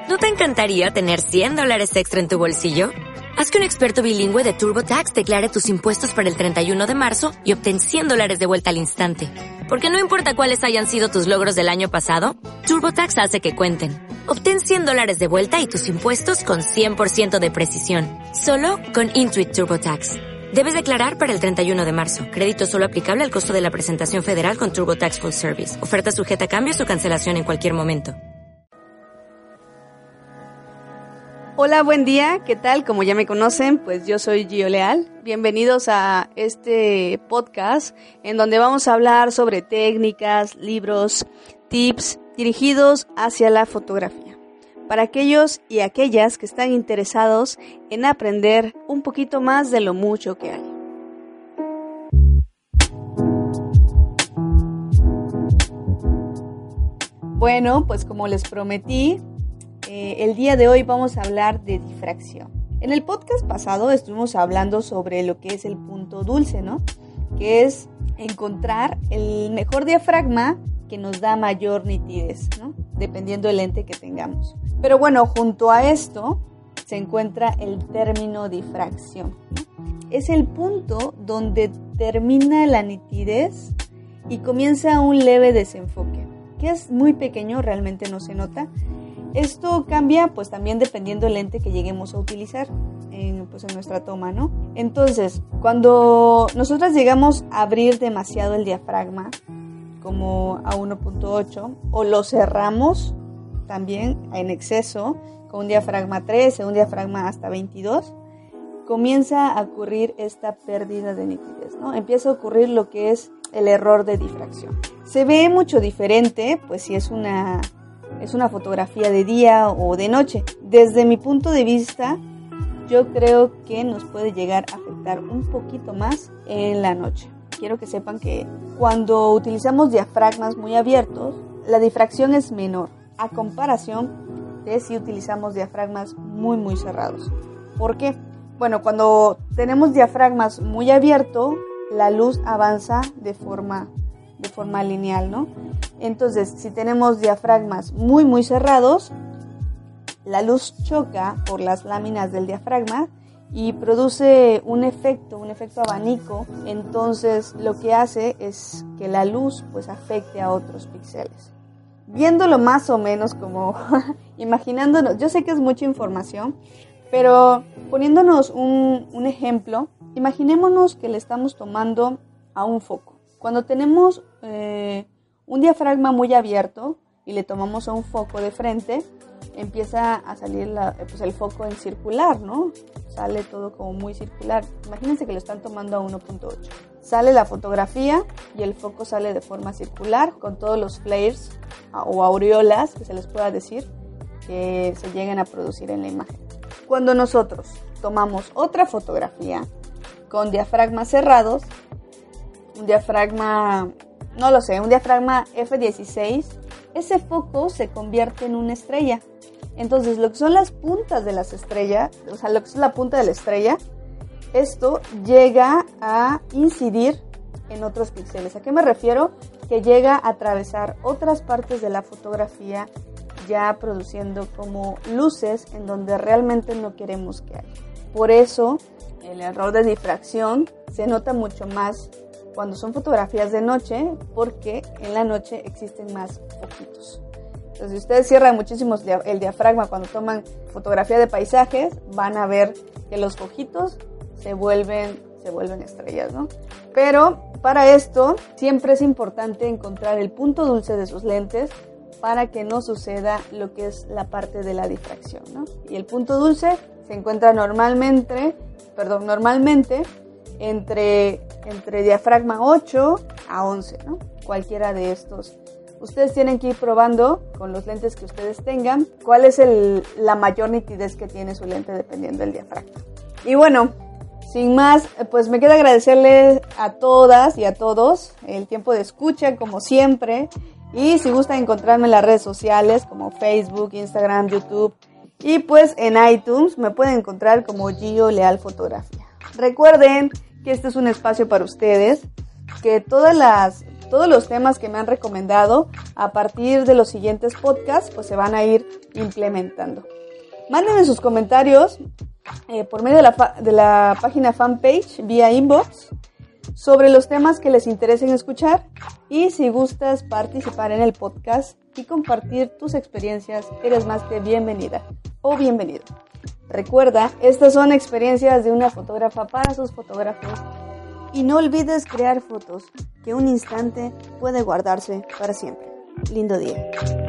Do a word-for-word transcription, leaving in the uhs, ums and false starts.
¿No te encantaría tener cien dólares extra en tu bolsillo? Haz que un experto bilingüe de TurboTax declare tus impuestos para el treinta y uno de marzo y obtén cien dólares de vuelta al instante. Porque no importa cuáles hayan sido tus logros del año pasado, TurboTax hace que cuenten. Obtén cien dólares de vuelta y tus impuestos con cien por ciento de precisión. Solo con Intuit TurboTax. Debes declarar para el treinta y uno de marzo. Crédito solo aplicable al costo de la presentación federal con TurboTax Full Service. Oferta sujeta a cambios o cancelación en cualquier momento. Hola, buen día, ¿qué tal? Como ya me conocen, pues yo soy Gio Leal. Bienvenidos a este podcast en donde vamos a hablar sobre técnicas, libros, tips dirigidos hacia la fotografía. Para aquellos y aquellas que están interesados en aprender un poquito más de lo mucho que hay. Bueno, pues como les prometí, Eh, el día de hoy vamos a hablar de difracción. En el podcast pasado estuvimos hablando sobre lo que es el punto dulce, ¿no? Que es encontrar el mejor diafragma que nos da mayor nitidez, ¿no? Dependiendo del lente que tengamos. Pero bueno, junto a esto se encuentra el término difracción, ¿no? Es el punto donde termina la nitidez y comienza un leve desenfoque, que es muy pequeño, realmente no se nota. Esto cambia pues también dependiendo del lente que lleguemos a utilizar en, pues, en nuestra toma, ¿no? Entonces, cuando nosotros llegamos a abrir demasiado el diafragma, como a uno punto ocho, o lo cerramos también en exceso, con un diafragma trece, un diafragma hasta veintidós, comienza a ocurrir esta pérdida de nitidez, ¿no? Empieza a ocurrir lo que es el error de difracción. Se ve mucho diferente, pues si es una... es una fotografía de día o de noche. Desde mi punto de vista, yo creo que nos puede llegar a afectar un poquito más en la noche. Quiero que sepan que cuando utilizamos diafragmas muy abiertos, la difracción es menor a comparación de si utilizamos diafragmas muy muy cerrados. ¿Por qué? Bueno, cuando tenemos diafragmas muy abiertos, la luz avanza de forma de forma lineal, ¿no? Entonces, si tenemos diafragmas muy muy cerrados, la luz choca por las láminas del diafragma y produce un efecto, un efecto abanico. Entonces, lo que hace es que la luz pues afecte a otros píxeles. Viéndolo más o menos como imaginándonos, yo sé que es mucha información, pero poniéndonos un, un ejemplo, imaginémonos que le estamos tomando a un foco. Cuando tenemos eh, un diafragma muy abierto y le tomamos a un foco de frente, empieza a salir la, pues el foco en circular, ¿no? Sale todo como muy circular. Imagínense que lo están tomando a uno punto ocho. Sale la fotografía y el foco sale de forma circular con todos los flares o aureolas, que se les pueda decir, que se llegan a producir en la imagen. Cuando nosotros tomamos otra fotografía con diafragmas cerrados, un diafragma, no lo sé, un diafragma efe dieciséis, ese foco se convierte en una estrella. Entonces, lo que son las puntas de las estrellas, o sea, lo que es la punta de la estrella, esto llega a incidir en otros píxeles. ¿A qué me refiero? Que llega a atravesar otras partes de la fotografía, ya produciendo como luces en donde realmente no queremos que haya. Por eso, el error de difracción se nota mucho más cuando son fotografías de noche, porque en la noche existen más foquitos. Entonces, si ustedes cierran muchísimo el diafragma cuando toman fotografía de paisajes, van a ver que los foquitos se vuelven, se vuelven estrellas, ¿no? Pero para esto siempre es importante encontrar el punto dulce de sus lentes para que no suceda lo que es la parte de la difracción, ¿no? Y el punto dulce se encuentra normalmente, perdón, normalmente entre, entre diafragma ocho a once, ¿no? Cualquiera de estos. Ustedes tienen que ir probando con los lentes que ustedes tengan cuál es el, la mayor nitidez que tiene su lente dependiendo del diafragma. Y bueno, sin más, pues me queda agradecerles a todas y a todos el tiempo de escucha como siempre. Y si gustan encontrarme en las redes sociales como Facebook, Instagram, YouTube y pues en iTunes me pueden encontrar como Gio Leal Fotografía. Recuerden que este es un espacio para ustedes, que todas las todos los temas que me han recomendado a partir de los siguientes podcasts, pues se van a ir implementando. Mándenme sus comentarios eh, por medio de la, fa- de la página fanpage vía inbox sobre los temas que les interesen escuchar, y si gustas participar en el podcast y compartir tus experiencias, eres más que bienvenida o bienvenido. Recuerda, estas son experiencias de una fotógrafa para sus fotógrafos, y no olvides crear fotos que un instante puede guardarse para siempre. Lindo día.